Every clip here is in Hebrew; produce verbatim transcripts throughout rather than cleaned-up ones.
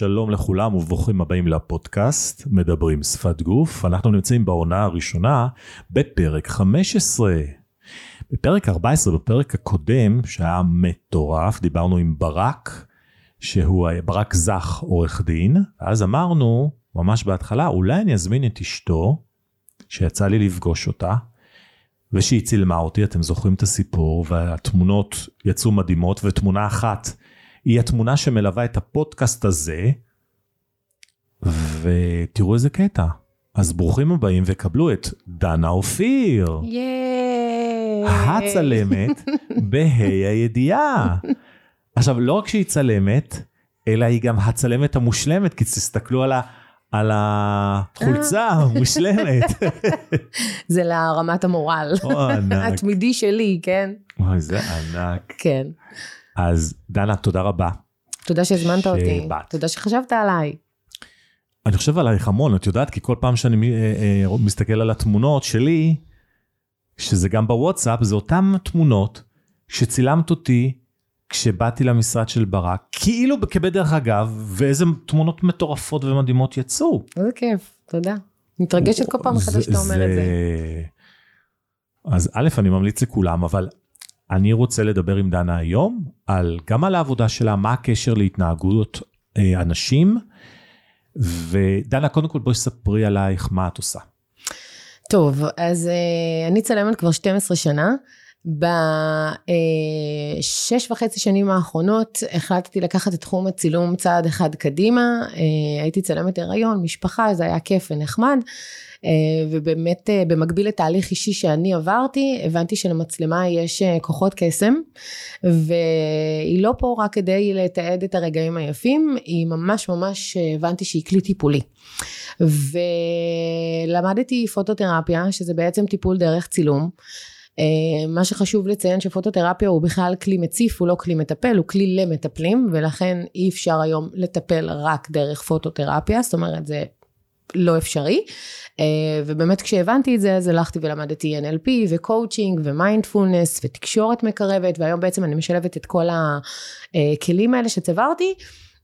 שלום לכולם וברוכים הבאים לפודקאסט מדברים שפת גוף. אנחנו נמצאים בעונה הראשונה בפרק חמש עשרה. בפרק ארבע עשרה, בפרק הקודם שהיה מטורף, דיברנו עם ברק, שהוא ברק זך עורך דין, אז אמרנו ממש בהתחלה, אולי אני אזמין את אשתו, שיצא לי לפגוש אותה, ושהיא צילמה אותי, אתם זוכרים את הסיפור, והתמונות יצאו מדהימות, ותמונה אחת היא התמונה שמלווה את הפודקאסט הזה, ותראו איזה קטע. אז ברוכים הבאים וקבלו את דנה אופיר. ייי! הצלמת בהי הידיעה. עכשיו, לא רק שהיא צלמת, אלא היא גם הצלמת המושלמת, כי תסתכלו על ה... על החולצה המושלמת. זה לרמת המורל. התמידי שלי, כן? אוי, זה ענק. כן. אז דנה, תודה רבה. תודה שהזמנת אותי. תודה שחשבת עליי. אני חושב עלייך המון, את יודעת, כי כל פעם שאני מסתכל על התמונות שלי, שזה גם בוואטסאפ, זה אותן תמונות שצילמת אותי, כשבאתי למשרד של ברק, כאילו כבדרך אגב, ואיזה תמונות מטורפות ומדהימות יצאו. איזה כיף, תודה. מתרגשת כל פעם מחדש שאתה אומר את זה. אז א', אני ממליץ לכולם, אבל אני רוצה לדבר עם דנה היום, על, גם על העבודה שלה, מה הקשר להתנהגות אנשים, ודנה, קודם כל בואי ספרי עלייך מה את עושה. טוב, אז אני צלמת כבר שתים עשרה שנה, בשש וחצי שנים האחרונות החלטתי לקחת את תחום הצילום צעד אחד קדימה, הייתי צלמת הריון, משפחה, זה היה כיף ונחמד, ובאמת במקביל לתהליך אישי שאני עברתי, הבנתי שלמצלמה יש כוחות קסם, והיא לא פה רק כדי לתעד את הרגעים היפים, היא ממש ממש הבנתי שהיא כלי טיפולי. ולמדתי פוטותרפיה, שזה בעצם טיפול דרך צילום, מה שחשוב לציין שפוטותרפיה הוא בכלל כלי מציף, הוא לא כלי מטפל, הוא כלי למטפלים, ולכן אי אפשר היום לטפל רק דרך פוטותרפיה, זאת אומרת זה לא אפשרי, ובאמת כשהבנתי את זה, אז הלכתי ולמדתי אן אל פי וקואוצ'ינג ומיינדפולנס ותקשורת מקרבת, והיום בעצם אני משלבת את כל הכלים האלה שצברתי,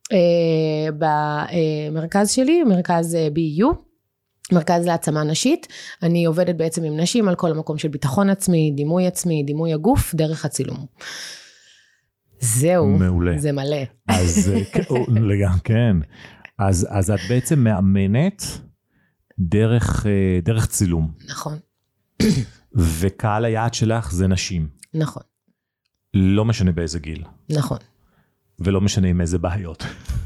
במרכז שלי, מרכז בי יו, מרכז להעצמה נשית, אני עובדת בעצם עם נשים על כל המקום של ביטחון עצמי, דימוי עצמי, דימוי הגוף, דרך הצילום. זהו, מעולה. זה מלא. אז כן, אז, אז את בעצם מאמנת דרך, דרך צילום. נכון. וקהל היעד שלך זה נשים. נכון. לא משנה באיזה גיל. נכון. ולא משנה עם איזה בעיות.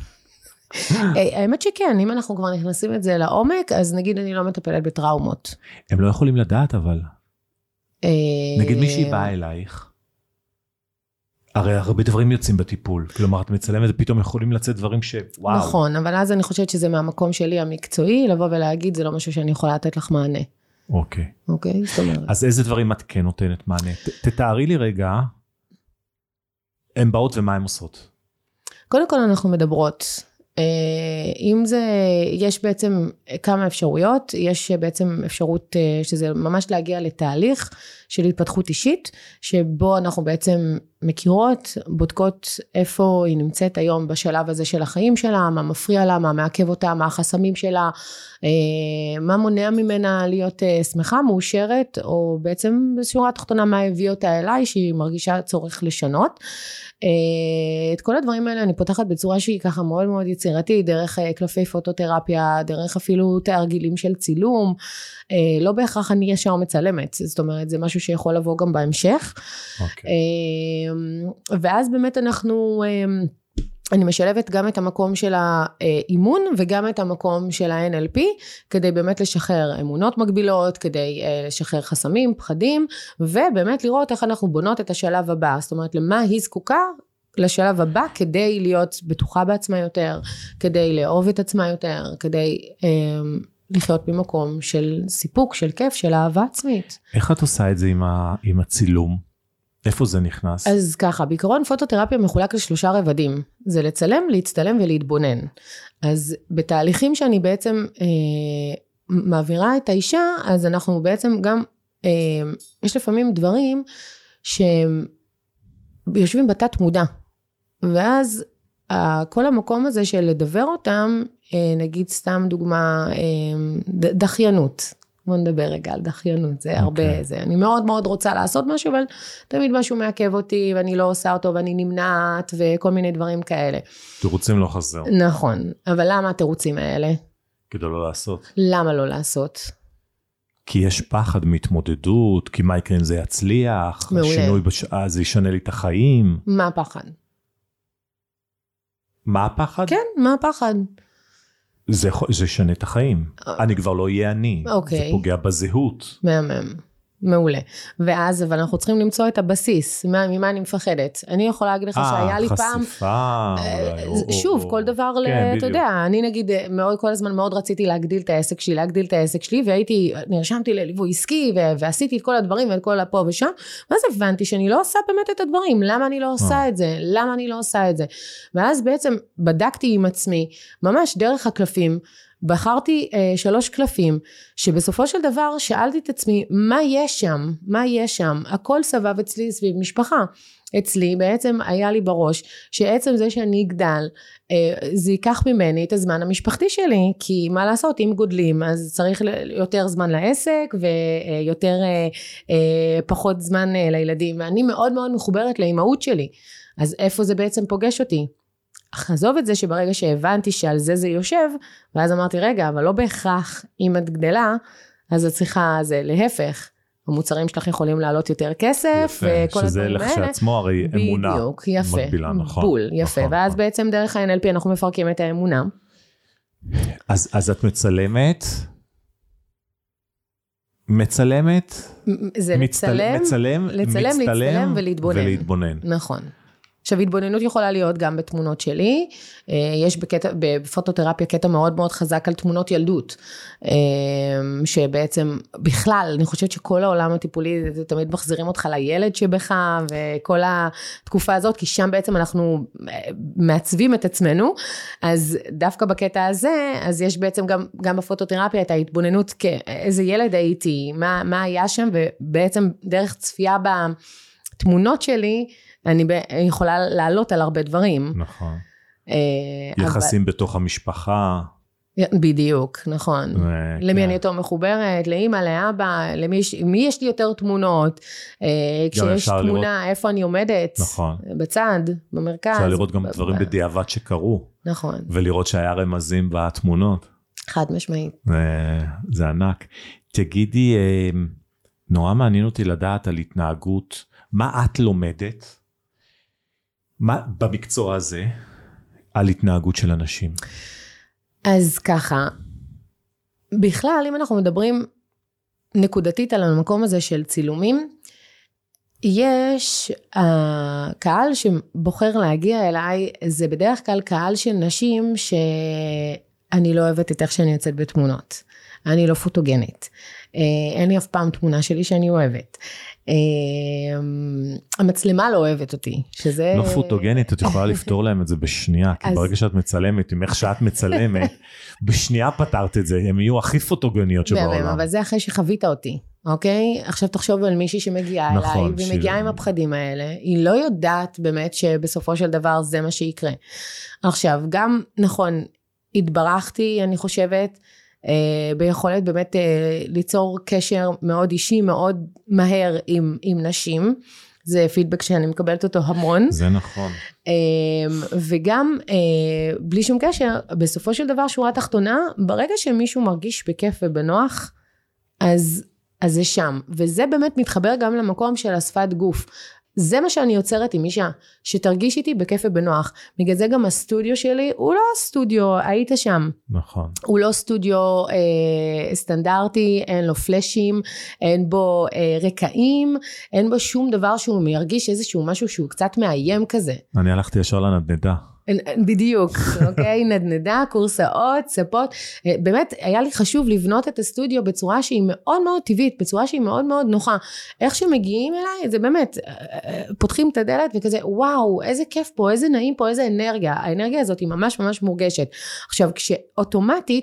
האמת שכן, אם אנחנו כבר נכנסים את זה לעומק, אז נגיד אני לא מטפלת בטראומות. הם לא יכולים לדעת אבל. נגיד מישהי באה אלייך, הרי הרבה דברים יוצאים בטיפול, כלומר את מצלמת ופתאום יכולים לצאת דברים שוואו. נכון, אבל אז אני חושבת שזה מהמקום שלי המקצועי, לבוא ולהגיד זה לא משהו שאני יכולה לתת לך מענה. אוקיי. אוקיי, זאת אומרת. אז איזה דברים את כן נותנת מענה? תתארי לי רגע, הן באות ומה הן עושות? קודם כל אנחנו מדברות, אם זה, יש בעצם כמה אפשרויות, יש בעצם אפשרות שזה ממש להגיע לתהליך של התפתחות אישית, שבו אנחנו בעצם מכירות, בודקות איפה היא נמצאת היום בשלב הזה של החיים שלה, מה מפריע לה, מה מעכב אותה, מה החסמים שלה, מה מונע ממנה להיות שמחה, מאושרת, או בעצם בשורה התחתונה מה הביא אותה אליי, שהיא מרגישה צורך לשנות. את כל הדברים האלה אני פותחת בצורה שהיא ככה מאוד מאוד יצירתית, דרך קלפי פוטותרפיה, דרך אפילו תרגילים של צילום, לא בהכרח אני ישר מצלמת, זאת אומרת זה משהו שיכול לבוא גם בהמשך, okay. ואז באמת אנחנו, אני משלבת גם את המקום של האימון, וגם את המקום של ה-אן אל פי, כדי באמת לשחרר אמונות מגבילות, כדי לשחרר חסמים, פחדים, ובאמת לראות איך אנחנו בונות את השלב הבא, זאת אומרת למה היא זקוקה, לשלב הבא, כדי להיות בטוחה בעצמה יותר, כדי לאהוב את עצמה יותר, כדי לחיות במקום של סיפוק, של כיף, של אהבה עצמית. איך את עושה את זה עם, ה, עם הצילום? איפה זה נכנס? אז ככה, בעיקרון פוטותרפיה מחולק לשלושה רבדים. זה לצלם, להצטלם ולהתבונן. אז בתהליכים שאני בעצם אה, מעבירה את האישה, אז אנחנו בעצם גם, אה, יש לפעמים דברים שהם יושבים בתת מודע. ואז כל המקום הזה של לדבר אותם, נגיד סתם דוגמה, דחיינות. בוא נדבר רגע על דחיינות, זה הרבה, זה, אני מאוד מאוד רוצה לעשות משהו, אבל תמיד משהו מעכב אותי, ואני לא עושה אותו, ואני נמנעת, וכל מיני דברים כאלה. תירוצים לא חסר. נכון, אבל למה התירוצים האלה? כדי לא לעשות. למה לא לעשות? כי יש פחד מהתמודדות, כי מה יקרה אם זה יצליח, מעולה. השינוי בשעה, זה ישנה לי את החיים. מה הפחד? מה הפחד? כן, מה הפחד? זה, זה ישנה את החיים. אני כבר לא אהיה אני. אוקיי. זה פוגע בזהות. מהמם. מעולה. ואז, אבל אנחנו צריכים למצוא את הבסיס, ממה אני מפחדת. אני יכולה להגיד לך שהיה לי פעם... חשיפה. שוב, כל דבר, אתה יודע, אני נגיד, כל הזמן מאוד רציתי להגדיל את העסק שלי, להגדיל את העסק שלי, והייתי, נרשמתי לליווי עסקי, ועשיתי את כל הדברים, ואת כל הפה ושם, ואז הבנתי שאני לא עושה באמת את הדברים, למה אני לא עושה את זה, למה אני לא עושה את זה. ואז בעצם בדקתי עם עצמי, ממש דרך הקלפים, בחרתי אה, שלוש קלפים, שבסופו של דבר שאלתי את עצמי, מה יש שם? מה יש שם? הכל סבב אצלי סביב משפחה. אצלי בעצם היה לי בראש, שעצם זה שאני אגדל, אה, זה ייקח ממני את הזמן המשפחתי שלי, כי מה לעשות, אם גודלים, אז צריך יותר זמן לעסק, ויותר אה, אה, פחות זמן אה, לילדים, ואני מאוד מאוד מחוברת לאימהות שלי, אז איפה זה בעצם פוגש אותי? חזוב את זה שברגע שהבנתי שעל זה זה יושב, ואז אמרתי, רגע, אבל לא בהכרח אם את גדלה, אז את צריכה, זה להפך, המוצרים שלך יכולים לעלות יותר כסף, יפה, שזה לכשעצמו הרי אמונה. בדיוק, יפה, מקבילה, נכון, בול, יפה, נכון, ואז נכון. בעצם דרך ה-אן אל פי אנחנו מפרקים את האמונה. אז, אז את מצלמת, מצלמת, זה מצטל, לצלם, מצלם, לצלם, מצטלם להצטלם ולהתבונן. ולהתבונן. נכון. עכשיו, התבוננות יכולה להיות גם בתמונות שלי, יש בקטע, בפוטותרפיה קטע מאוד מאוד חזק על תמונות ילדות, שבעצם בכלל, אני חושבת שכל העולם הטיפולי, תמיד מחזירים אותך לילד שבך, וכל התקופה הזאת, כי שם בעצם אנחנו מעצבים את עצמנו, אז דווקא בקטע הזה, אז יש בעצם גם, גם בפוטותרפיה את ההתבוננות, כאיזה ילד הייתי, מה, מה היה שם, ובעצם דרך צפייה בתמונות שלי, אני יכולה לעלות על הרבה דברים. נכון. יחסים בתוך המשפחה. בדיוק, נכון. למי אני יותר מחוברת, לאמא, לאבא, למי יש לי יותר תמונות, כשיש תמונה, איפה אני עומדת, בצד, במרכז. אפשר לראות גם דברים בדיעבד שקרו. נכון. ולראות שהיה רמזים בתמונות. חד משמעית. זה ענק. תגידי, נורא מעניין אותי לדעת על התנהגות, מה את לומדת? מה במקצוע הזה על התנהגות של אנשים? אז ככה, בכלל אם אנחנו מדברים נקודתית על המקום הזה של צילומים, יש הקהל שבוחר להגיע אליי, זה בדרך כלל קהל של נשים שאני לא אוהבת את איך שאני יוצאת בתמונות, אני לא פוטוגנית, אין לי אף פעם תמונה שלי שאני אוהבת, המצלמה לא אוהבת אותי, שזה... לא פוטוגנית, את יכולה לפתור להם את זה בשנייה, כי ברגע שאת מצלמת, עם איך שאת מצלמת, בשנייה פתרת את זה, הם יהיו הכי פוטוגניות שבעולם. אבל זה אחרי שחווית אותי, אוקיי? עכשיו תחשוב על מישהי שמגיעה אליי, והיא מגיעה עם הפחדים האלה, היא לא יודעת באמת שבסופו של דבר זה מה שיקרה. עכשיו, גם נכון, התברכתי, אני חושבת, Uh, ביכולת באמת uh, ליצור קשר מאוד אישי, מאוד מהר עם, עם נשים, זה פידבק שאני מקבלת אותו המון. זה נכון. Uh, וגם uh, בלי שום קשר, בסופו של דבר שורה תחתונה, ברגע שמישהו מרגיש בכיף ובנוח, אז, אז זה שם, וזה באמת מתחבר גם למקום של השפת גוף, זה מה שאני יוצרת עם אישה, שתרגיש איתי בכיף ובנוח. בגלל זה גם הסטודיו שלי, הוא לא סטודיו, היית שם. נכון. הוא לא סטודיו אה, סטנדרטי, אין לו פלשים, אין בו אה, רקעים, אין בו שום דבר שהוא מרגיש איזשהו משהו שהוא קצת מאיים כזה. אני הלכתי ישר לנדנדה. בדיוק, אוקיי, נדנדה, קורסאות, ספות, באמת היה לי חשוב לבנות את הסטודיו בצורה שהיא מאוד מאוד טבעית, בצורה שהיא מאוד מאוד נוחה, איך שמגיעים אליי, זה באמת, פותחים את הדלת וכזה, וואו, איזה כיף פה, איזה נעים פה, איזה אנרגיה, האנרגיה הזאת היא ממש ממש מורגשת, עכשיו כשאוטומטית,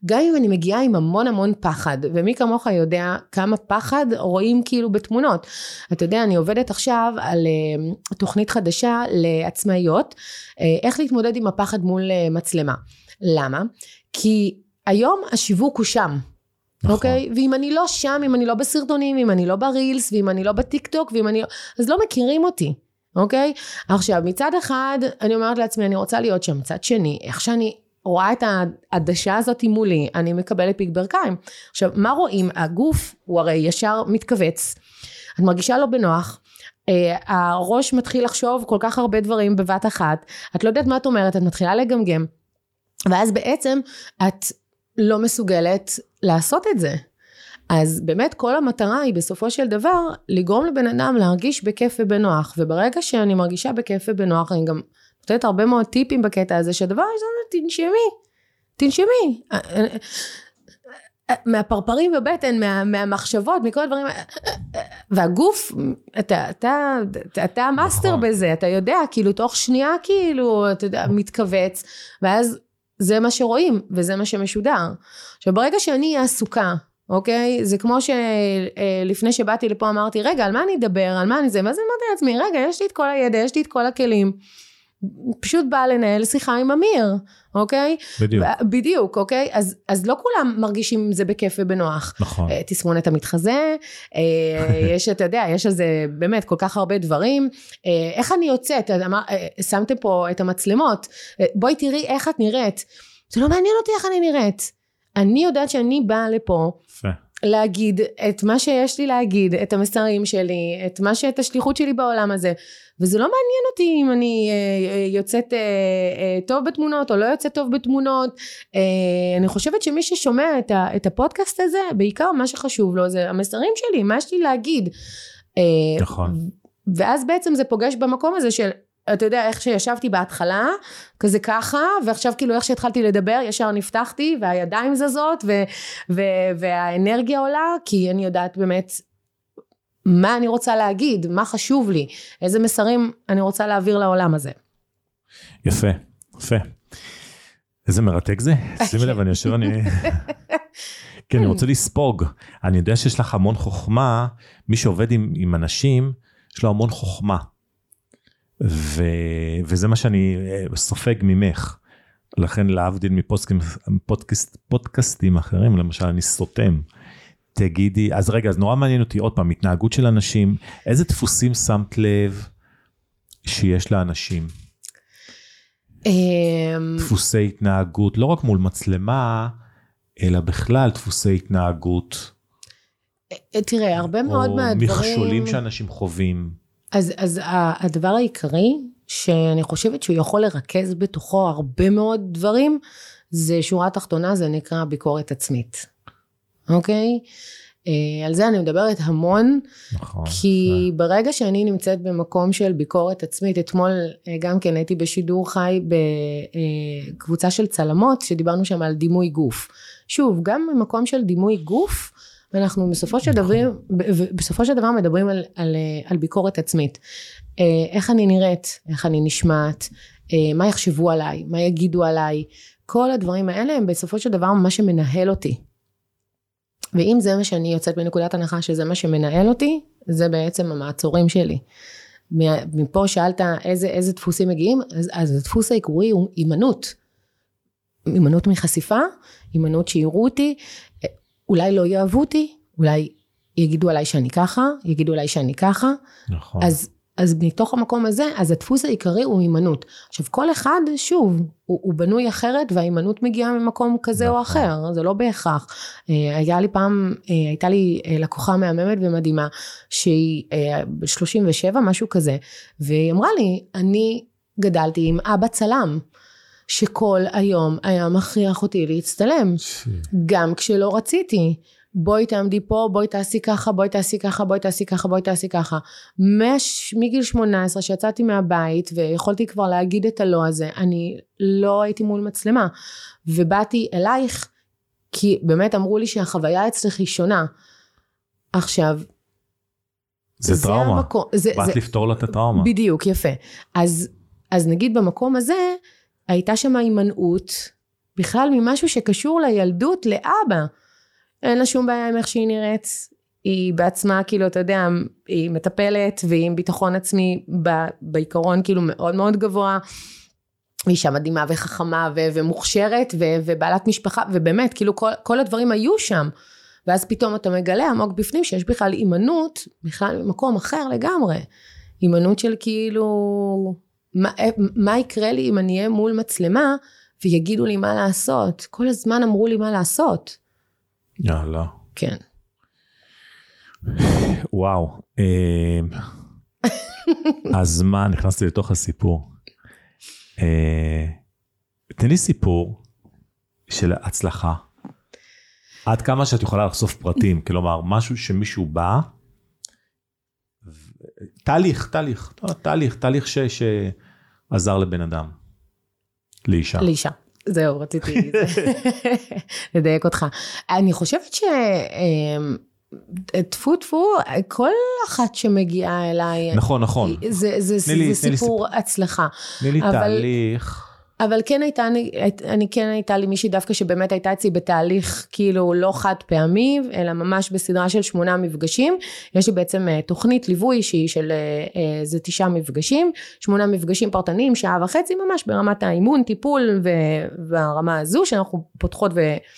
גם אם אני מגיעה עם המון המון פחד, ומי כמוך יודע כמה פחד רואים כאילו בתמונות. אתה יודע, אני עובדת עכשיו על uh, תוכנית חדשה לעצמאיות, uh, איך להתמודד עם הפחד מול uh, מצלמה. למה? כי היום השיווק הוא שם. נכון. אוקיי? ואם אני לא שם, אם אני לא בסרטונים, אם אני לא ברילס, ואם אני לא בטיק טוק, ואם אני לא... אז לא מכירים אותי. אוקיי? עכשיו, מצד אחד, אני אומרת לעצמי, אני רוצה להיות שם. מצד שני, איך שאני רואה את העדשה הזאת מולי, אני מקבלת פיק ברכיים. עכשיו, מה רואים? הגוף הוא הרי ישר מתכווץ. את מרגישה לא בנוח. הראש מתחיל לחשוב כל כך הרבה דברים בבת אחת. את לא יודעת מה את אומרת, את מתחילה לגמגם. ואז בעצם את לא מסוגלת לעשות את זה. אז באמת כל המטרה היא בסופו של דבר לגרום לבן אדם להרגיש בכיף ובנוח, וברגע שאני מרגישה בכיף ובנוח, אני גם נותנת הרבה מאוד טיפים בקטע הזה, שהדבר הזה, תנשמי, תנשמי, מהפרפרים בבטן, מה, מהמחשבות, מכל הדברים, והגוף, אתה, אתה, אתה, אתה המאסטר בזה, אתה יודע, כאילו תוך שנייה, כאילו, אתה יודע, מתכווץ, ואז זה מה שרואים, וזה מה שמשודר. עכשיו, ברגע שאני אהיה עסוקה, אוקיי? זה כמו שלפני שבאתי לפה אמרתי, רגע, על מה אני אדבר? על מה אני זה? מה זה אמרתי לעצמי? רגע, יש לי את כל הידע, יש לי את כל הכלים. פשוט באה לנהל שיחה עם אמיר, אוקיי? בדיוק. בדיוק, אוקיי? אז, אז לא כולם מרגישים זה בכיף ובנוח. נכון. תסמונת המתחזה, יש, אתה יודע, יש על זה באמת כל כך הרבה דברים. איך אני יוצאת? שמתם פה את המצלמות. בואי תראי איך את נראית. זה לא מעניין אותי איך אני נראית. אני יודעת שאני באה לפה. יפה. להגיד את מה שיש לי להגיד, את המסרים שלי, את מה שאת השליחות שלי בעולם הזה, וזה לא מעניין אותי אם אני אה, יוצאת אה, אה, טוב בתמונות, או לא יוצאת טוב בתמונות, אה, אני חושבת שמי ששומע את, ה, את הפודקאסט הזה, בעיקר מה שחשוב לו, זה המסרים שלי, מה יש לי להגיד, אה, נכון. ואז בעצם זה פוגש במקום הזה של, אתה יודע, איך שישבתי בהתחלה, כזה ככה, ועכשיו כאילו איך שהתחלתי לדבר, ישר נפתחתי, והידיים זזות, ו- ו- והאנרגיה עולה, כי אני יודעת באמת, מה אני רוצה להגיד, מה חשוב לי, איזה מסרים אני רוצה להעביר לעולם הזה. יפה, יפה. איזה מרתק זה? שימי לב, אני יושב, אני... כן, אני רוצה לספוג. אני יודע שיש לך המון חוכמה, מי שעובד עם, עם אנשים, יש לו המון חוכמה. ו... וזה מה שאני סופג ממך. לכן להבדיל מפודקאסט, פודקאסטים אחרים, למשל אני סותם. תגידי, אז רגע, אז נורא מעניין אותי עוד פעם, התנהגות של אנשים, איזה דפוסים שמת לב שיש לאנשים? דפוסי התנהגות, לא רק מול מצלמה, אלא בכלל דפוסי התנהגות. תראה, הרבה מאוד מהדברים... או מכשולים שאנשים חווים. אז, אז הדבר העיקרי, שאני חושבת שהוא יכול לרכז בתוכו הרבה מאוד דברים, זה שורה תחתונה, זה נקרא ביקורת עצמית. אוקיי? על זה אני מדברת המון, נכון, כי זה. ברגע שאני נמצאת במקום של ביקורת עצמית, אתמול גם כן הייתי בשידור חי בקבוצה של צלמות, שדיברנו שם על דימוי גוף. שוב, גם במקום של דימוי גוף, ואנחנו בסופו של דבר, בסופו של דבר מדברים על, על, על ביקורת עצמית. איך אני נראית, איך אני נשמעת, מה יחשבו עליי, מה יגידו עליי, כל הדברים האלה הם בסופו של דבר מה שמנהל אותי. ואם זה מה שאני יוצאת בנקודת הנחה שזה מה שמנהל אותי, זה בעצם המעצורים שלי. מפה שאלת איזה, איזה דפוסים מגיעים, אז, אז הדפוס העיקרי הוא אימנות. אימנות מחשיפה, אימנות שיראו אותי, אולי לא יאהבו אותי, אולי יגידו עליי שאני ככה, יגידו עליי שאני ככה. נכון. אז, אז מתוך המקום הזה, אז הדפוס העיקרי הוא אימנות. עכשיו, כל אחד, שוב, הוא, הוא בנוי אחרת, והאימנות מגיעה ממקום כזה נכון. או אחר, זה לא בהכרח. היה לי פעם, הייתה לי לקוחה מהממת ומדהימה, שהיא שלושים ושבע, משהו כזה, והיא אמרה לי, אני גדלתי עם אבא צלם, שכל היום היה מכריח אותי להצטלם, גם כשלא רציתי, בואי תעמדי פה, בואי תעשי ככה, בואי תעשי ככה, בואי תעשי ככה, בואי תעשי ככה, מגיל שמונה עשרה שיצאתי מהבית, ויכולתי כבר להגיד את הלא הזה, אני לא הייתי מול מצלמה, ובאתי אלייך, כי באמת אמרו לי שהחוויה אצלך היא שונה, עכשיו, זה, זה טראומה, המקום, זה, באת זה, לפתור לה את הטראומה, בדיוק, יפה, אז, אז נגיד במקום הזה, הייתה שם הימנעות בכלל ממשהו שקשור לילדות, לאבא. אין לה שום בעיה עם איך שהיא נראית, היא בעצמה, כאילו, אתה יודע, היא מטפלת, והיא עם ביטחון עצמי, בעיקרון, כאילו, מאוד מאוד גבוה, היא אישה מדהימה וחכמה, ו- ומוכשרת, ו- ובעלת משפחה, ובאמת, כאילו, כל, כל הדברים היו שם, ואז פתאום אתה מגלה עמוק בפנים, שיש בכלל אימנות, בכלל במקום אחר לגמרי, אימנות של כאילו, מה, מה יקרה לי אם אני אהיה מול מצלמה, ויגידו לי מה לעשות, כל הזמן אמרו לי מה לעשות. יאללה. כן. וואו. אז מה, נכנסתי לתוך הסיפור. תן לי סיפור של הצלחה. עד כמה שאת יכולה לחשוף פרטים, כלומר, משהו שמישהו בא, תהליך, תהליך, תהליך, תהליך שעזר לבן אדם. לאישה. לאישה. זהו, רציתי לדייק אותך. אני חושבת ש... טפו טפו, כל אחת שמגיעה אליי, נכון, נכון. זה, זה, זה, לי, זה סיפור לי, הצלחה. תני לי אבל, תהליך. אבל כן הייתה, אני, אני כן הייתה לי מישהי דווקא שבאמת הייתה אצלי בתהליך כאילו לא חד פעמי, אלא ממש בסדרה של שמונה מפגשים. יש לי בעצם תוכנית ליווי שהיא של זה תשעה מפגשים, שמונה מפגשים פרטניים, שעה וחצי ממש ברמת האימון, טיפול והרמה הזו שאנחנו פותחות ו...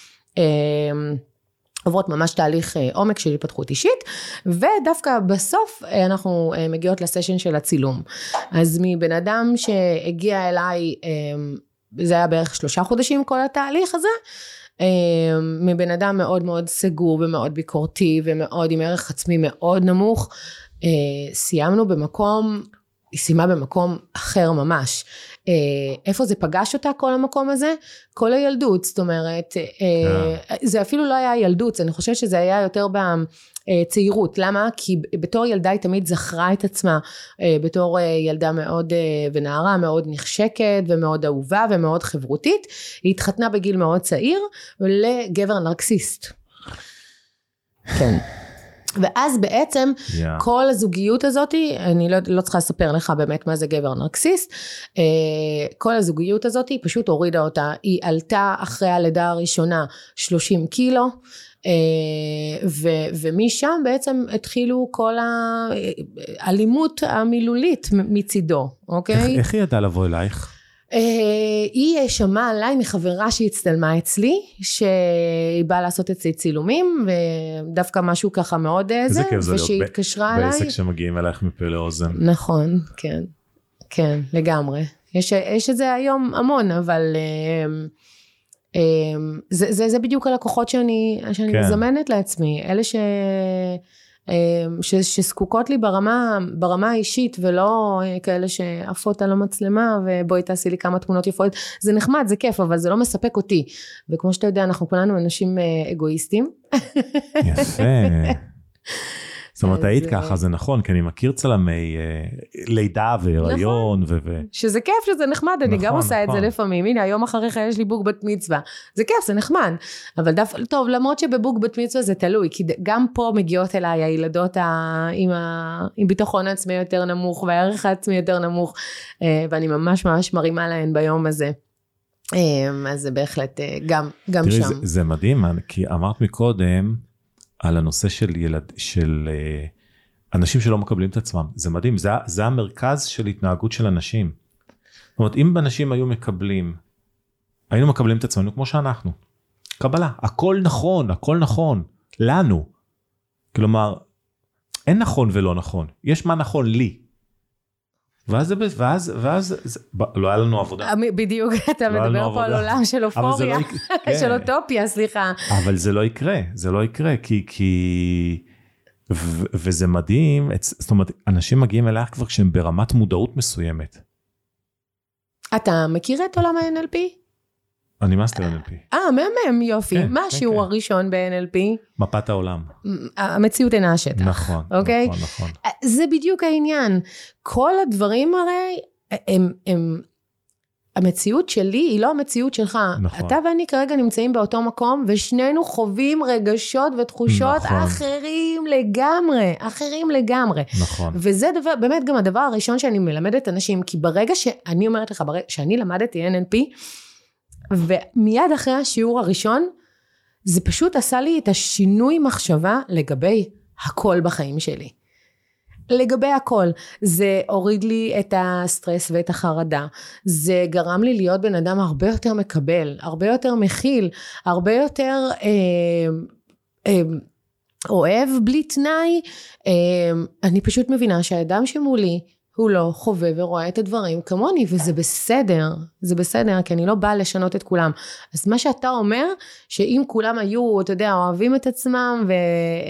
עוברות ממש תהליך עומק של התפתחות אישית, ודווקא בסוף אנחנו מגיעות לסשן של הצילום. אז מבן אדם שהגיע אליי, זה היה בערך שלושה חודשים כל התהליך הזה, מבן אדם מאוד מאוד סגור ומאוד ביקורתי, ומאוד עם ערך עצמי מאוד נמוך, סיימנו במקום, היא סיימה במקום אחר ממש. איפה זה פגש אותה כל המקום הזה? כל הילדות, זאת אומרת, זה אפילו לא היה ילדות, אני חושבת שזה היה יותר בצעירות, למה? כי בתור ילדה היא תמיד זכרה את עצמה, בתור ילדה מאוד ונערה, מאוד נחשקת ומאוד אהובה ומאוד חברותית, היא התחתנה בגיל מאוד צעיר לגבר נרקסיסט. כן. ואז בעצם yeah. כל הזוגיות הזאת, אני לא, לא צריכה לספר לך באמת מה זה גבר נרקסיסט, כל הזוגיות הזאת היא פשוט הורידה אותה, היא עלתה אחרי הלידה הראשונה שלושים קילו, ו, ומשם בעצם התחילו כל האלימות המילולית מצידו, אוקיי? איך, איך היא ידעה לבוא אלייך? היא שמעה עליי מחברה שהצטלמה אצלי, שהיא באה לעשות אצלי צילומים, ודווקא משהו ככה מאוד זה, ושהיא התקשרה עליי. בעסק שמגיעים אלייך מפה לאוזן. נכון, כן, כן, לגמרי. יש, יש את זה היום המון, אבל זה, זה, זה בדיוק הלקוחות שאני, שאני כן. מזמנת לעצמי, אלה ש... ש, שזקוקות לי ברמה, ברמה האישית, ולא כאלה שעפות על המצלמה, ובואי תעשי לי כמה תמונות יפות, זה נחמד, זה כיף, אבל זה לא מספק אותי, וכמו שאתה יודע, אנחנו כולנו אנשים אגואיסטים. יפה. זאת אומרת, היית ככה, זה נכון, כי אני מכיר צלמי לידה והיריון. שזה כיף, שזה נחמד, אני גם עושה את זה לפעמים, הנה, היום אחריך יש לי בוק בת מצווה, זה כיף, זה נחמד, אבל טוב, למרות שבבוק בת מצווה זה תלוי, כי גם פה מגיעות אליי הילדות עם ביטחון עצמי יותר נמוך, והערך העצמי יותר נמוך, ואני ממש ממש מרימה להן ביום הזה. אז זה בהחלט גם שם. תראי, זה מדהים, כי אמרת מקודם, על הנושא של ילד, של uh, אנשים שלא מקבלים את עצמם. זה מדהים, זה, זה המרכז של התנהגות של אנשים. זאת אומרת, אם אנשים היו מקבלים, היינו מקבלים את עצמנו כמו שאנחנו. קבלה, הכל נכון, הכל נכון, לנו. כלומר, אין נכון ולא נכון, יש מה נכון לי. ואז זה, ואז, ואז, זה, לא היה לנו עבודה. בדיוק, אתה לא מדבר פה על עולם של אופוריה, לא, כן. של אוטופיה, סליחה. אבל זה לא יקרה, זה לא יקרה, כי, כי, ו, וזה מדהים, זאת אומרת, אנשים מגיעים אלייך כבר כשהם ברמת מודעות מסוימת. אתה מכיר את עולם ה-אן אל פי? אני מאסטר אן אל פי. אה, מהמם, יופי. כן, מה כן, השיעור כן. הראשון ב-אן אל פי? מפת העולם. המציאות אינה השטח. נכון, אוקיי? נכון, נכון. זה בדיוק העניין. כל הדברים הרי, הם, הם, המציאות שלי היא לא המציאות שלך. נכון. אתה ואני כרגע נמצאים באותו מקום, ושנינו חווים רגשות ותחושות נכון. אחרים לגמרי, אחרים לגמרי. נכון. וזה דבר, באמת גם הדבר הראשון שאני מלמדת אנשים, כי ברגע שאני אומרת לך, ברגע שאני למדתי אן אל פי, ומיד אחרי השיעור הראשון, זה פשוט עשה לי את השינוי מחשבה לגבי הכל בחיים שלי. לגבי הכל. זה הוריד לי את הסטרס ואת החרדה. זה גרם לי להיות בן אדם הרבה יותר מקבל, הרבה יותר מכיל, הרבה יותר אה, אה, אוהב בלי תנאי. אה, אני פשוט מבינה שהאדם שמולי, הוא לא חווה ורואה את הדברים כמוני, וזה בסדר, זה בסדר, כי אני לא באה לשנות את כולם. אז מה שאתה אומר, שאם כולם היו, אתה יודע, אוהבים את עצמם, ו...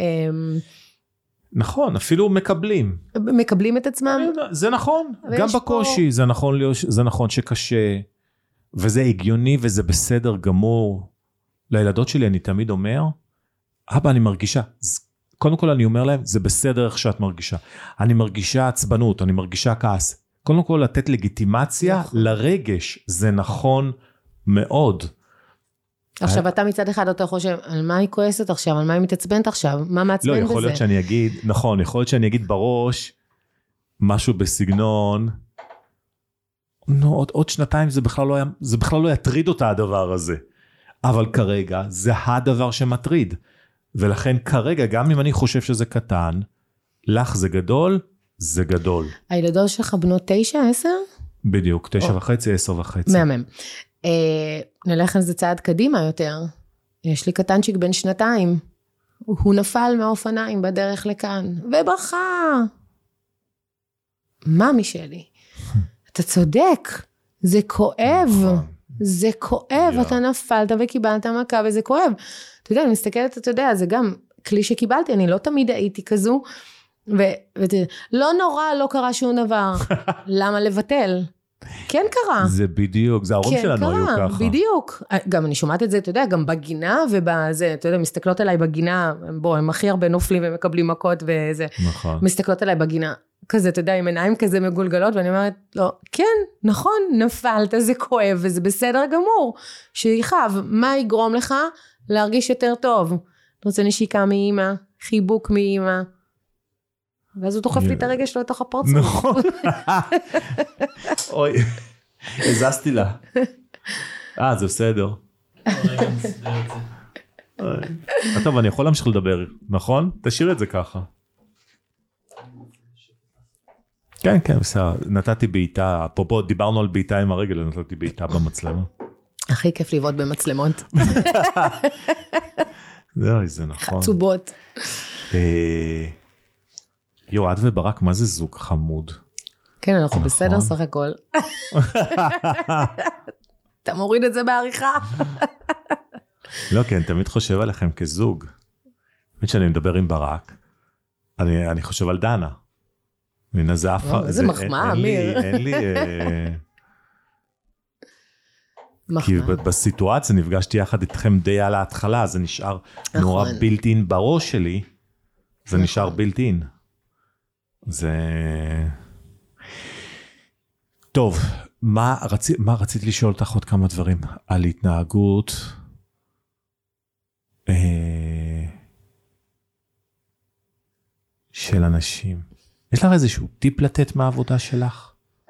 נכון, אפילו מקבלים. מקבלים את עצמם. זה נכון, גם בקושי, פה... זה, נכון, זה נכון שקשה, וזה הגיוני, וזה בסדר גמור. לילדות שלי אני תמיד אומר, אבא, אני מרגישה... קודם כל אני אומר להם, זה בסדר איך שאת מרגישה. אני מרגישה עצבנות, אני מרגישה כעס. קודם כל לתת לגיטימציה נכון. לרגש, זה נכון מאוד. עכשיו אתה מצד אחד אתה חושב, על מה היא כועסת עכשיו, על מה היא מתעצבנת עכשיו, מה מעצבן בזה? לא, יכול להיות שאני אגיד, נכון, יכול להיות שאני אגיד בראש, משהו בסגנון, נו, עוד, עוד שנתיים זה בכלל לא, זה בכלל לא יטריד אותה הדבר הזה. אבל כרגע זה הדבר שמטריד. ולכן כרגע, גם אם אני חושב שזה קטן, לך זה גדול, זה גדול. הילדות שלך בנות תשע, עשר? בדיוק, תשע וחצי, עשר וחצי. מהמם. אה, נלך על זה צעד קדימה יותר. יש לי קטנצ'יק בן שנתיים. הוא נפל מהאופניים בדרך לכאן, ובכה. ממי שלי, אתה צודק, זה כואב. זה כואב, אתה נפלת וקיבלת מכה, וזה כואב. אתה יודע, אני מסתכלת, אתה יודע, זה גם כלי שקיבלתי, אני לא תמיד הייתי כזו, ולא נורא, לא קרה שום דבר. למה לבטל? כן קרה. זה בדיוק, זה ההורים שלנו היו ככה. בדיוק. גם אני שומעת את זה, אתה יודע, גם בגינה, ובזה, אתה יודע, מסתכלות עליי בגינה, בוא, הם הכי הרבה נופלים ומקבלים מכות וזה. נכון. מסתכלות עליי בגינה. כזה, אתה יודע, עם עיניים כזה מגולגלות, ואני אומרת, לא, כן, נכון, נפלת, זה כואב, וזה בסדר גמור, שיחב, מה יגרום לך להרגיש יותר טוב? אתה רוצה נשיקה מאמא, חיבוק מאמא, ואז הוא תוחף לי את הרגש שלו לתוך הפרצוף. נכון. אוי, הזזתי לה. אה, זה בסדר. טוב, אני יכול להמשיך לדבר, נכון? תשאיר את זה ככה. כן, כן, בסדר. נתתי בעיטה, אפרופו דיברנו על בעיטה עם הרגל, נתתי בעיטה במצלמה. הכי כיף לבעוט במצלמות. זהו, זה נכון. חצובות. יו, את וברק, מה זה זוג חמוד? כן, אנחנו בסדר סך הכל. אתה מוריד את זה בעריכה. לא, כן, תמיד חושב עליכם כזוג. באמת שאני מדבר עם ברק, אני חושב על דנה. הנה זה אף... איזה מחמאה, אמיר. אין לי... כי בסיטואציה נפגשתי יחד איתכם די על ההתחלה, זה נשאר נורא בילט-אין בראש שלי, זה נשאר בילט-אין. זה... טוב, מה רצית לשאול אותך עוד כמה דברים? על התנהגות... של אנשים. יש לך איזשהו טיפ לתת מהעבודה שלך?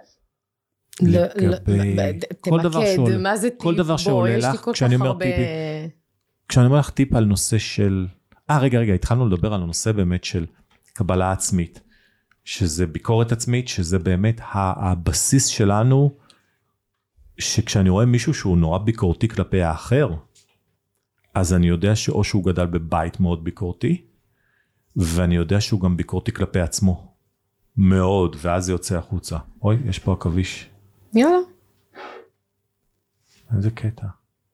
תמקד, מה זה טיפ? כל דבר שעולה לך, כשאני אומר טיפ, כשאני אומר לך טיפ על נושא של, אה רגע רגע, התחלנו לדבר על הנושא באמת של קבלה עצמית, שזה ביקורת עצמית, שזה באמת הבסיס שלנו, שכשאני רואה מישהו שהוא נורא ביקורתי כלפי האחר, אז אני יודע שאו שהוא גדל בבית מאוד ביקורתי, ואני יודע שהוא גם ביקורתי כלפי עצמו. מאוד, ואז זה יוצא החוצה. אוי, יש פה עכביש. יאללה. איזה קטע.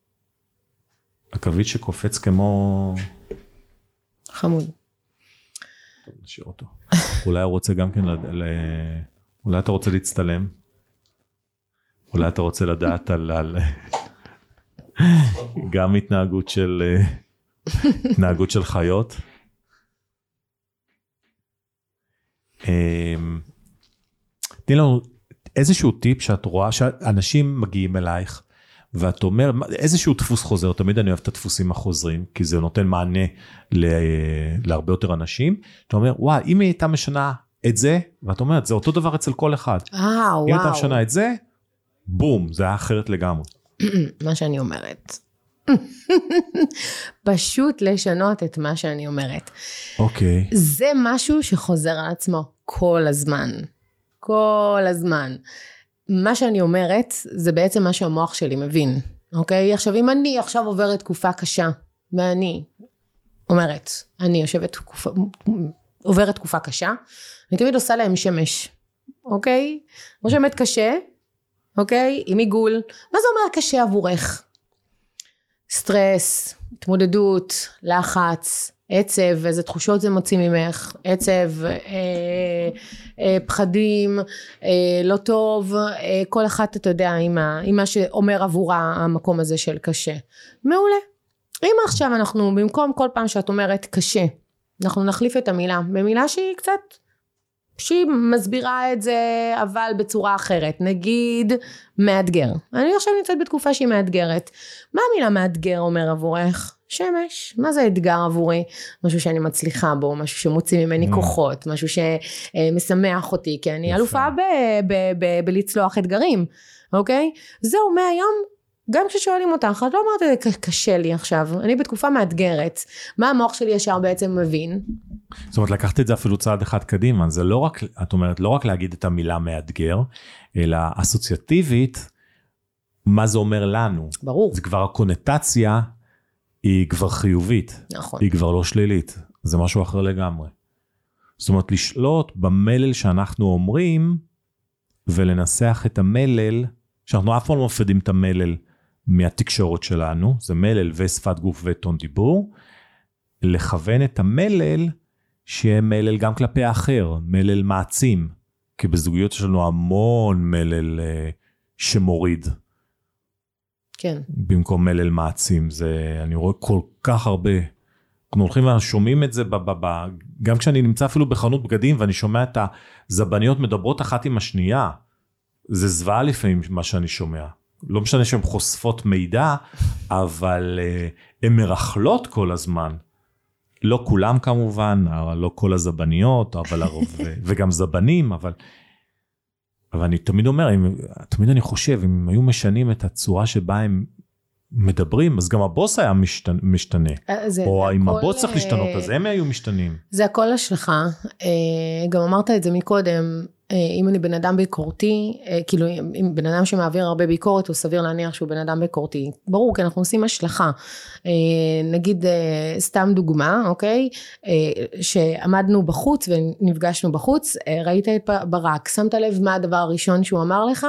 עכביש שקופץ כמו... חמוד. טוב, נשאיר אותו. אולי הוא רוצה גם כן, ל... אולי אתה רוצה להצטלם. אולי אתה רוצה לדעת על... על... גם התנהגות של... התנהגות של חיות. תני לנו איזשהו טיפ שאת רואה, שאנשים מגיעים אלייך, ואת אומר, איזשהו דפוס חוזר, תמיד אני אוהב את הדפוסים החוזרים, כי זה נותן מענה להרבה יותר אנשים, אתה אומר, וואי, אם היא הייתה משנה את זה, ואת אומרת, זה אותו דבר אצל כל אחד. אה, וואו. אם הייתה משנה את זה, בום, זה היה אחרת לגמרי. מה שאני אומרת. פשוט לשנות את מה שאני אומרת. אוקיי. Okay. זה משהו שחוזר על עצמו כל הזמן. כל הזמן. מה שאני אומרת, זה בעצם מה שהמוח שלי מבין. אוקיי? עכשיו, אם אני עכשיו עוברת תקופה קשה, ואני אומרת, אני יושבת תקופה, עוברת תקופה קשה, אני תמיד עושה להם שמש. אוקיי? רושמת קשה, אוקיי? עם עיגול. מה זה אומר קשה עבורך? סטרס, התמודדות, לחץ, עצב, איזה תחושות זה מוציא ממך, עצב, אה, אה, פחדים, אה, לא טוב, אה, כל אחת אתה יודע עם, ה, עם מה שאומר עבורה המקום הזה של קשה. מעולה. אם עכשיו אנחנו במקום כל פעם שאת אומרת קשה, אנחנו נחליף את המילה במילה שהיא קצת, שהיא מסבירה את זה אבל בצורה אחרת, נגיד מאתגר. אני עכשיו נמצאת בתקופה שהיא מאתגרת. מה המילה מאתגר אומר עבורך? שמש. מה זה אתגר עבורי? משהו שאני מצליחה בו, משהו שמוציא ממני כוחות, משהו שמשמח אותי, כי אני אלופה בלצלוח אתגרים, אוקיי? זהו, מהיום, גם כששואלים אותך, את לא אמרת, קשה לי עכשיו, אני בתקופה מאתגרת. מה המוח שלי ישר בעצם מבין? זאת אומרת, לקחת את זה אפילו צעד אחד קדימה, זה לא רק, את אומרת, לא רק להגיד את המילה מאתגר, אלא אסוציאטיבית, מה זה אומר לנו. ברור. זה כבר הקונוטציה, היא כבר חיובית. נכון. היא כבר לא שלילית. זה משהו אחר לגמרי. זאת אומרת, לשלוט במלל שאנחנו אומרים, ולנסח את המלל, שאנחנו אף פעם לא מפרדים את המלל מהתקשורת שלנו, זה מלל ושפת גוף וטון דיבור, לכוון את המלל, שיהיה מלל גם כלפי האחר, מלל מעצים, כי בזוגיות יש לנו המון מלל אה, שמוריד. כן. במקום מלל מעצים, זה, אני רואה כל כך הרבה, אנחנו הולכים ושומעים את זה, ב, ב, ב, גם כשאני נמצא אפילו בחנות בגדים, ואני שומע את הזבניות מדברות אחת עם השנייה, זה זוועה לפעמים מה שאני שומע. לא משנה שהן חושפות מידע, אבל uh, הן מרחלות כל הזמן. לא כולם כמובן, לא כל הזבניות, אבל הרוב, וגם זבנים, אבל, אבל אני תמיד אומר, אם, תמיד אני חושב, אם היו משנים את הצורה שבה הם מדברים, אז גם הבוס היה משתנה, משתנה. זה, או זה אם הכל, הבוס צריך להשתנות, אז הם היו משתנים. זה הכל השלכה. גם אמרת את זה מקודם, אם אני בן אדם ביקורתי, כאילו אם בן אדם שמעביר הרבה ביקורת, הוא סביר להניח שהוא בן אדם ביקורתי. ברור, כי אנחנו עושים השלכה. נגיד, סתם דוגמה, אוקיי? שעמדנו בחוץ ונפגשנו בחוץ, ראית את ברק, שמת לב מה הדבר הראשון שהוא אמר לך?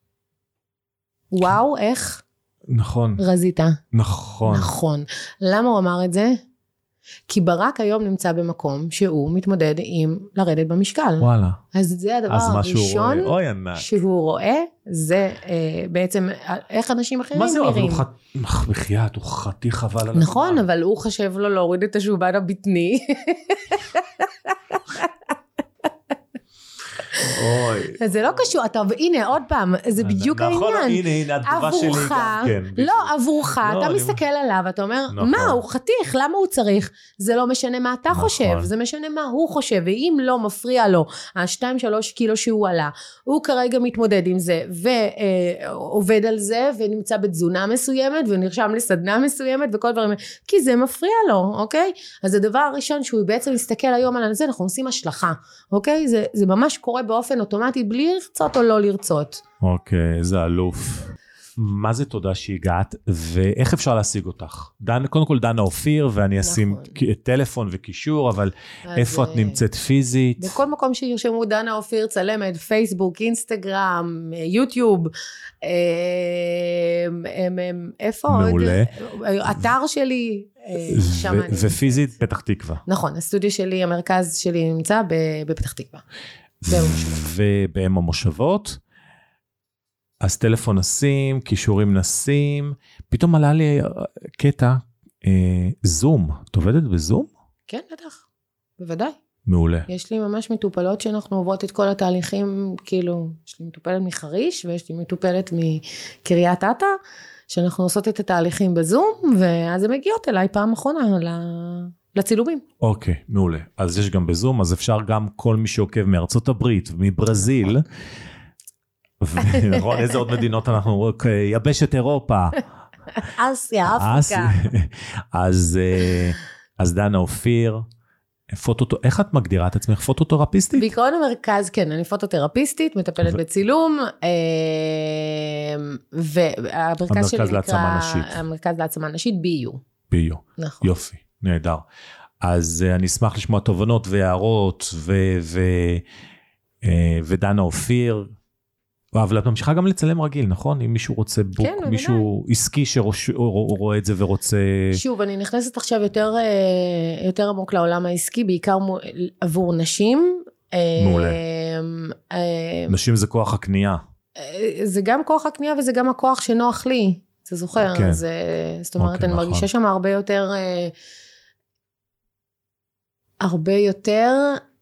וואו, איך? נכון. רזית. נכון. נכון. למה הוא אמר את זה? כי ברק היום נמצא במקום שהוא מתמודד עם לרדת במשקל. וואלה. אז זה הדבר הראשון שהוא, שהוא רואה, זה אה, בעצם איך אנשים אחרים נראים. מה זה? נראים. אבל הוא ח... בחייאת, הוא חתיך חבל על נכון, הזמן. אבל הוא חשב לו להוריד את השומן הבטני. אוי. זה לא קשור, אתה, הנה עוד פעם, זה בדיוק העניין. נכון, הנה, הנה, התגובה שלי גם, כן. לא, עבורך, אתה מסתכל עליו, אתה אומר, מה, הוא חתיך, למה הוא צריך? זה לא משנה מה אתה חושב, זה משנה מה הוא חושב, ואם לא מפריע לו, השתיים שלוש קילו שהוא עלה, הוא כרגע מתמודד עם זה, ועובד על זה, ונמצא בתזונה מסוימת, ונרשם לסדנה מסוימת, וכל דברים, כי זה מפריע לו, אוקיי? אז הדבר הראשון, שהוא בעצם מסתכל היום על זה, אנחנו עושים השלכה, אוקיי? זה, זה ממש קורה באופן אוטומטי, בלי לרצות או לא לרצות. אוקיי, זה אלוף. מה זה תודה שהגעת, ואיך אפשר להשיג אותך? דן, קודם כל דנה אופיר, ואני אשים נכון. טלפון וקישור, אבל איפה את נמצאת פיזית? בכל מקום שירשמו דנה אופיר, צלמת, פייסבוק, אינסטגרם, יוטיוב, איפה מעולה. עוד? אתר שלי, שם אני נמצאת. ופיזית פתח תקווה. נכון, הסטודיו שלי, המרכז שלי נמצא בפתח תקווה. ובהם המושבות, אז טלפון נשים, קישורים נשים, פתאום עלה לי קטע, אה, זום, את עובדת בזום? כן, בטח, בוודאי. מעולה. יש לי ממש מטופלות שאנחנו עוברות את כל התהליכים, כאילו, יש לי מטופלת מחריש, ויש לי מטופלת מקריית אתא, שאנחנו עושות את התהליכים בזום, ואז הן מגיעות אליי פעם אחרונה ל... לצילומים. אוקיי, מעולה. אז יש גם בזום, אז אפשר גם כל מי שעוקב מארצות הברית ומברזיל, נכון, איזה עוד מדינות אנחנו רואים? יבשת אירופה. אסיה, אפריקה. אז, אז דנה אופיר, פוטוטו, איך את מגדירה את עצמך? פוטותרפיסטית? בעיקרון המרכז, כן, אני פוטותרפיסטית, מטפלת ו... בצילום, והמרכז שלי נקרא, המרכז להעצמה נשית, בי יו. בי יו, נכון. יופי, נהדר. אז אני אשמח לשמוע תובנות והערות, ו, ו, ודנה אופיר, אבל את ממשיכה גם לצלם רגיל, נכון? אם מישהו רוצה בוק, כן, מישהו עסקי שרואה את זה ורוצה... שוב, אני נכנסת עכשיו יותר, יותר עמוק לעולם העסקי, בעיקר עבור נשים. מעולה. נשים זה כוח הקנייה. זה גם כוח הקנייה וזה גם הכוח שנוח לי, אתה זוכר? כן. אז, זאת אומרת, אוקיי, אני נכון. מרגישה שם הרבה יותר, הרבה יותר...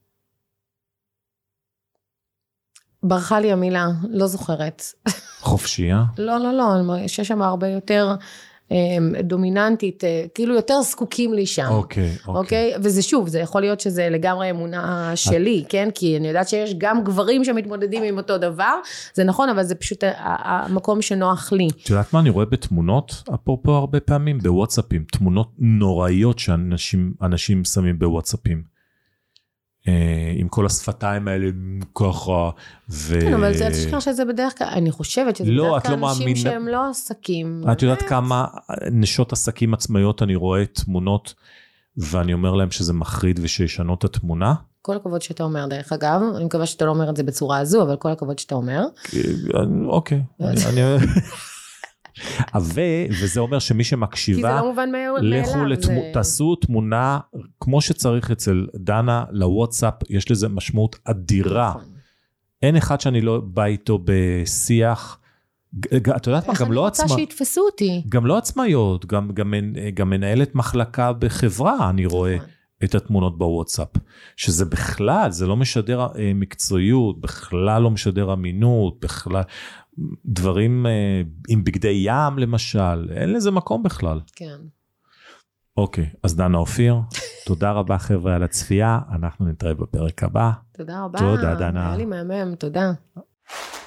ברכה לי המילה, לא זוכרת. חופשייה? לא, לא, לא, אני מרגישה שם הרבה יותר דומיננטית, כאילו יותר זקוקים לי שם. אוקיי, אוקיי. וזה שוב, זה יכול להיות שזה לגמרי אמונה שלי, כן? כי אני יודעת שיש גם גברים שמתמודדים עם אותו דבר, זה נכון, אבל זה פשוט המקום שנוח לי. את יודעת מה אני רואה בתמונות, אפרופו הרבה פעמים, בוואטסאפים, תמונות נוראיות שאנשים שמים בוואטסאפים. עם כל השפתיים האלה ככה, ו... כן, אבל זה תשכח שזה בדרך כלל, אני חושבת שזה בדרך כלל אנשים שהם לא עסקים. את יודעת כמה נשות עסקים עצמאיות אני רואה תמונות, ואני אומר להם שזה מחריד ושישנו את התמונה? כל הכבוד שאתה אומר, דרך אגב, אני מקווה שאתה לא אומר את זה בצורה הזו, אבל כל הכבוד שאתה אומר. אוקיי, אני... וזה אומר שמי שמקשיבה, כי זה לא מובן מאליו. לכו, תעשו תמונה כמו שצריך אצל דנה לוואטסאפ, יש לזה משמעות אדירה. אין אחד שאני לא בא איתו בשיח, את יודעת מה, גם לא עצמא... איך אני רוצה שיתפסו אותי? גם לא עצמאיות, גם מנהלת מחלקה בחברה, אני רואה את התמונות בוואטסאפ, שזה בכלל, זה לא משדר מקצועיות, בכלל לא משדר אמינות, בכלל... דברים עם בגדי ים למשל, אין לזה מקום בכלל. כן. אוקיי, אז דנה אופיר, תודה רבה חבר'ה על הצפייה, אנחנו נתראה בפרק הבא. תודה רבה. תודה דנה. היה לי מהמם, תודה.